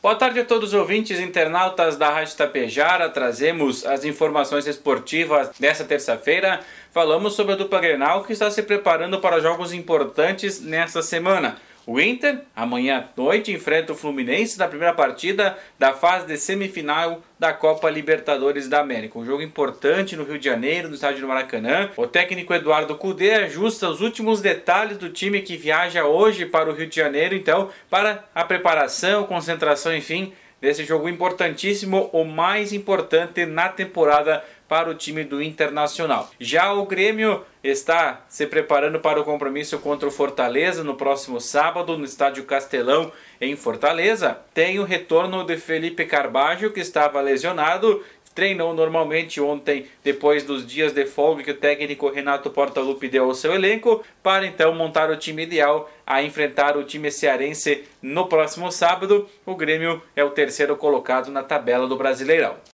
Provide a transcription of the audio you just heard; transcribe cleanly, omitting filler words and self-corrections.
Boa tarde a todos os ouvintes internautas da Rádio Tapejara. Trazemos as informações esportivas desta terça-feira. Falamos sobre a dupla Grenal que está se preparando para jogos importantes nesta semana. O Inter, amanhã à noite, enfrenta o Fluminense na primeira partida da fase de semifinal da Copa Libertadores da América. Um jogo importante no Rio de Janeiro, no estádio do Maracanã. O técnico Eduardo Cudê ajusta os últimos detalhes do time que viaja hoje para o Rio de Janeiro, então, para a preparação, concentração, enfim, desse jogo importantíssimo, o mais importante na temporada para o time do Internacional. Já o Grêmio está se preparando para o compromisso contra o Fortaleza no próximo sábado no Estádio Castelão em Fortaleza. Tem o retorno de Felipe Carbajo, que estava lesionado, treinou normalmente ontem depois dos dias de folga que o técnico Renato Portaluppi deu ao seu elenco, para então montar o time ideal a enfrentar o time cearense no próximo sábado. O Grêmio é o terceiro colocado na tabela do Brasileirão.